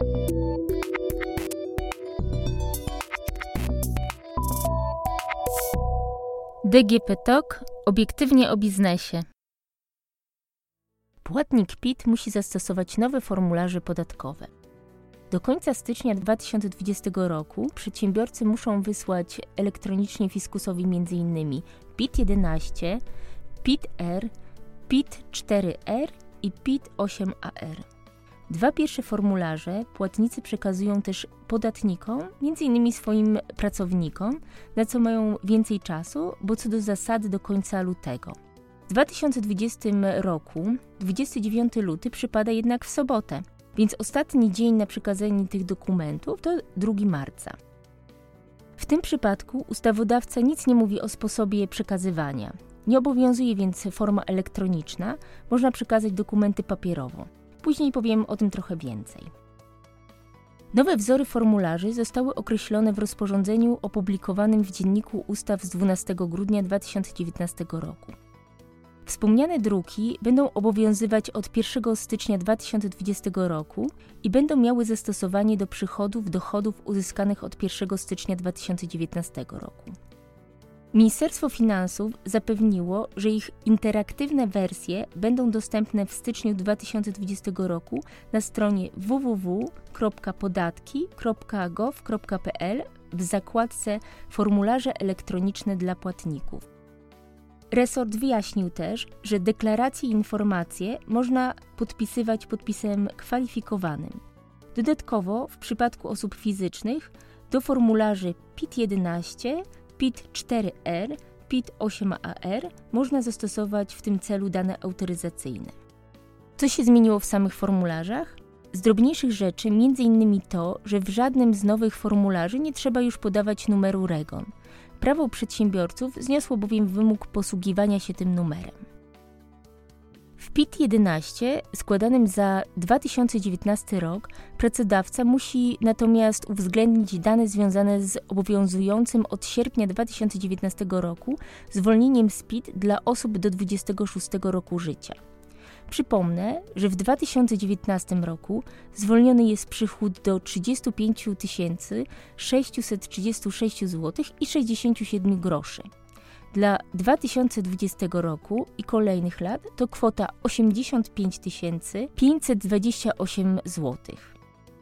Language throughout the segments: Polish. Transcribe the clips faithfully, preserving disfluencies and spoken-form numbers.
D G P Talk obiektywnie o biznesie. Płatnik P I T musi zastosować nowe formularze podatkowe. Do końca stycznia dwa tysiące dwudziestego roku przedsiębiorcy muszą wysłać elektronicznie fiskusowi m.in. P I T jedenaście, P I T R, P I T cztery R i P I T osiem A R. Dwa pierwsze formularze płatnicy przekazują też podatnikom, m.in. swoim pracownikom, na co mają więcej czasu, bo co do zasady do końca lutego. W dwa tysiące dwudziestym roku, dwudziestego dziewiątego lutego przypada jednak w sobotę, więc ostatni dzień na przekazanie tych dokumentów to drugiego marca. W tym przypadku ustawodawca nic nie mówi o sposobie przekazywania. Nie obowiązuje więc forma elektroniczna, można przekazać dokumenty papierowo. Później powiem o tym trochę więcej. Nowe wzory formularzy zostały określone w rozporządzeniu opublikowanym w Dzienniku Ustaw z dwunastego grudnia dwa tysiące dziewiętnastego roku. Wspomniane druki będą obowiązywać od pierwszego stycznia dwa tysiące dwudziestego roku i będą miały zastosowanie do przychodów, dochodów uzyskanych od pierwszego stycznia dwa tysiące dziewiętnastego roku. Ministerstwo Finansów zapewniło, że ich interaktywne wersje będą dostępne w styczniu dwa tysiące dwudziestego roku na stronie w w w kropka podatki kropka gov kropka p l w zakładce Formularze elektroniczne dla płatników. Resort wyjaśnił też, że deklaracje i informacje można podpisywać podpisem kwalifikowanym. Dodatkowo w przypadku osób fizycznych do formularzy P I T jedenaście, P I T cztery R, P I T osiem A R można zastosować w tym celu dane autoryzacyjne. Co się zmieniło w samych formularzach? Z drobniejszych rzeczy m.in. to, że w żadnym z nowych formularzy nie trzeba już podawać numeru REGON. Prawo przedsiębiorców zniosło bowiem wymóg posługiwania się tym numerem. W P I T jedenaście składanym za dwa tysiące dziewiętnasty rok pracodawca musi natomiast uwzględnić dane związane z obowiązującym od sierpnia dwa tysiące dziewiętnastego roku zwolnieniem z P I T dla osób do dwudziestego szóstego roku życia. Przypomnę, że w dwa tysiące dziewiętnastym roku zwolniony jest przychód do trzydzieści pięć tysięcy sześćset trzydzieści sześć złotych i sześćdziesiąt siedem groszy. Dla dwa tysiące dwudziestego roku i kolejnych lat to kwota osiemdziesiąt pięć tysięcy pięćset dwadzieścia osiem złotych.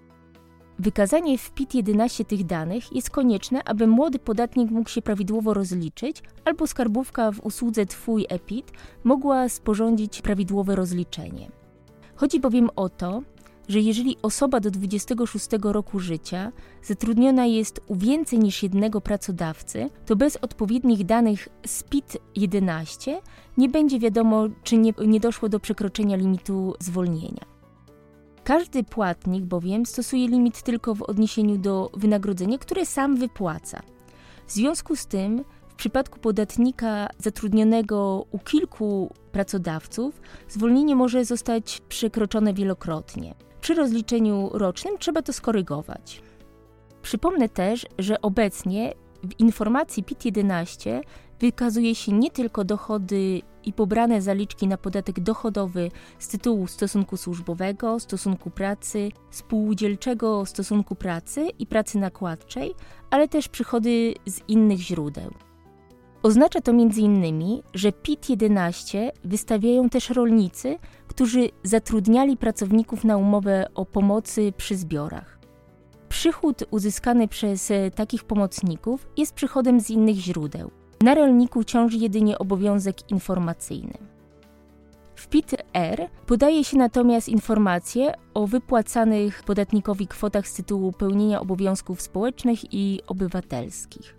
Wykazanie w P I T jedenaście tych danych jest konieczne, aby młody podatnik mógł się prawidłowo rozliczyć, albo skarbówka w usłudze Twój e-P I T mogła sporządzić prawidłowe rozliczenie. Chodzi bowiem o to, że jeżeli osoba do dwudziestego szóstego roku życia zatrudniona jest u więcej niż jednego pracodawcy, to bez odpowiednich danych z P I T jedenaście nie będzie wiadomo, czy nie, nie doszło do przekroczenia limitu zwolnienia. Każdy płatnik bowiem stosuje limit tylko w odniesieniu do wynagrodzenia, które sam wypłaca. W związku z tym w przypadku podatnika zatrudnionego u kilku pracodawców zwolnienie może zostać przekroczone wielokrotnie. Przy rozliczeniu rocznym trzeba to skorygować. Przypomnę też, że obecnie w informacji P I T jedenaście wykazuje się nie tylko dochody i pobrane zaliczki na podatek dochodowy z tytułu stosunku służbowego, stosunku pracy, spółdzielczego stosunku pracy i pracy nakładczej, ale też przychody z innych źródeł. Oznacza to między innymi, że P I T jedenaście wystawiają też rolnicy, którzy zatrudniali pracowników na umowę o pomocy przy zbiorach. Przychód uzyskany przez takich pomocników jest przychodem z innych źródeł. Na rolniku ciąży jedynie obowiązek informacyjny. W P I T R podaje się natomiast informacje o wypłacanych podatnikowi kwotach z tytułu pełnienia obowiązków społecznych i obywatelskich.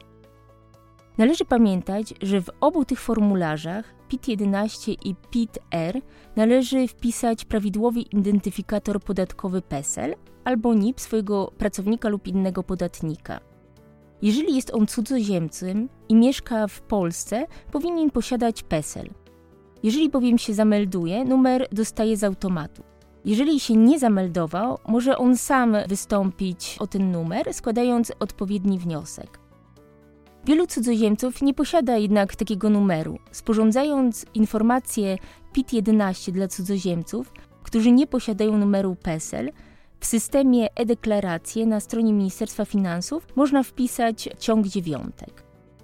Należy pamiętać, że w obu tych formularzach P I T jedenaście i P I T R należy wpisać prawidłowy identyfikator podatkowy PESEL albo N I P swojego pracownika lub innego podatnika. Jeżeli jest on cudzoziemcem i mieszka w Polsce, powinien posiadać PESEL. Jeżeli bowiem się zamelduje, numer dostaje z automatu. Jeżeli się nie zameldował, może on sam wystąpić o ten numer, składając odpowiedni wniosek. Wielu cudzoziemców nie posiada jednak takiego numeru. Sporządzając informację P I T jedenaście dla cudzoziemców, którzy nie posiadają numeru PESEL, W systemie e-deklaracje na stronie Ministerstwa Finansów można wpisać ciąg dziewiątek.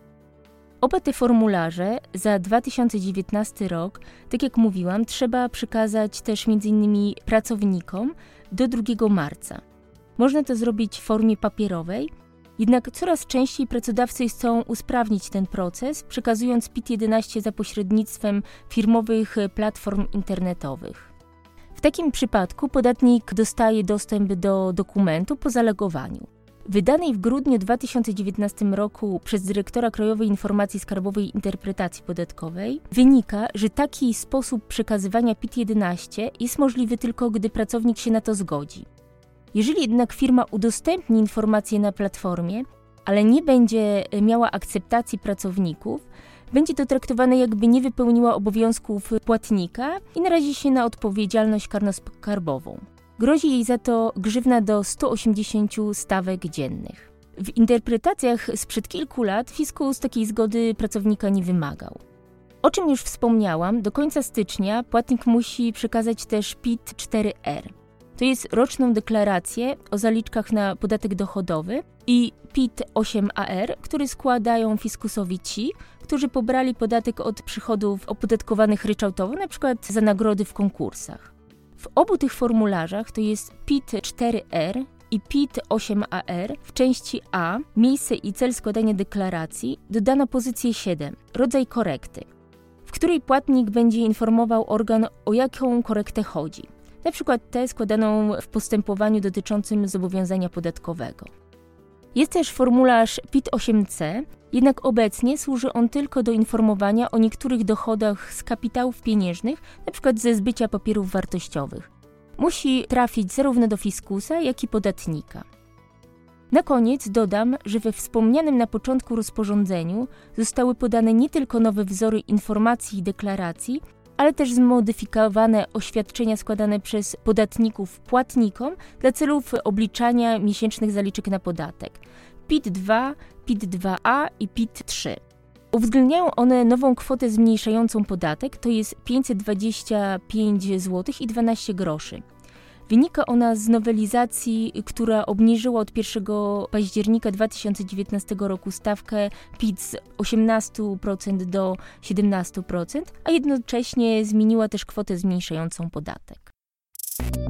Oba te formularze za dwa tysiące dziewiętnasty rok, tak jak mówiłam, trzeba przekazać też między innymi pracownikom do drugiego marca. Można to zrobić w formie papierowej, jednak coraz częściej pracodawcy chcą usprawnić ten proces, przekazując P I T jedenaście za pośrednictwem firmowych platform internetowych. W takim przypadku podatnik dostaje dostęp do dokumentu po zalegowaniu. Wydanej w grudniu dwa tysiące dziewiętnastym roku przez dyrektora Krajowej Informacji Skarbowej i Interpretacji Podatkowej wynika, że taki sposób przekazywania P I T jedenaście jest możliwy tylko, gdy pracownik się na to zgodzi. Jeżeli jednak firma udostępni informacje na platformie, ale nie będzie miała akceptacji pracowników, będzie to traktowane, jakby nie wypełniła obowiązków płatnika i narazi się na odpowiedzialność karnoskarbową. Grozi jej za to grzywna do stu osiemdziesięciu stawek dziennych. W interpretacjach sprzed kilku lat fiskus takiej zgody pracownika nie wymagał. O czym już wspomniałam, do końca stycznia płatnik musi przekazać też P I T cztery R. To jest roczną deklarację o zaliczkach na podatek dochodowy i P I T osiem A R, który składają fiskusowi ci, którzy pobrali podatek od przychodów opodatkowanych ryczałtowo, np. za nagrody w konkursach. W obu tych formularzach, to jest P I T cztery R i P I T osiem A R, w części A, miejsce i cel składania deklaracji, dodano pozycję siedem, rodzaj korekty, w której płatnik będzie informował organ, o jaką korektę chodzi. Na przykład tę składaną w postępowaniu dotyczącym zobowiązania podatkowego. Jest też formularz P I T osiem C, jednak obecnie służy on tylko do informowania o niektórych dochodach z kapitałów pieniężnych, np. ze zbycia papierów wartościowych. Musi trafić zarówno do fiskusa, jak i podatnika. Na koniec dodam, że we wspomnianym na początku rozporządzeniu zostały podane nie tylko nowe wzory informacji i deklaracji, ale też zmodyfikowane oświadczenia składane przez podatników płatnikom dla celów obliczania miesięcznych zaliczek na podatek P I T dwa, P I T dwa A i P I T trzy. Uwzględniają one nową kwotę zmniejszającą podatek, to jest pięćset dwadzieścia pięć złotych i dwanaście groszy. Wynika ona z nowelizacji, która obniżyła od pierwszego października dwa tysiące dziewiętnastego roku stawkę P I T z osiemnaście procent do siedemnaście procent, a jednocześnie zmieniła też kwotę zmniejszającą podatek.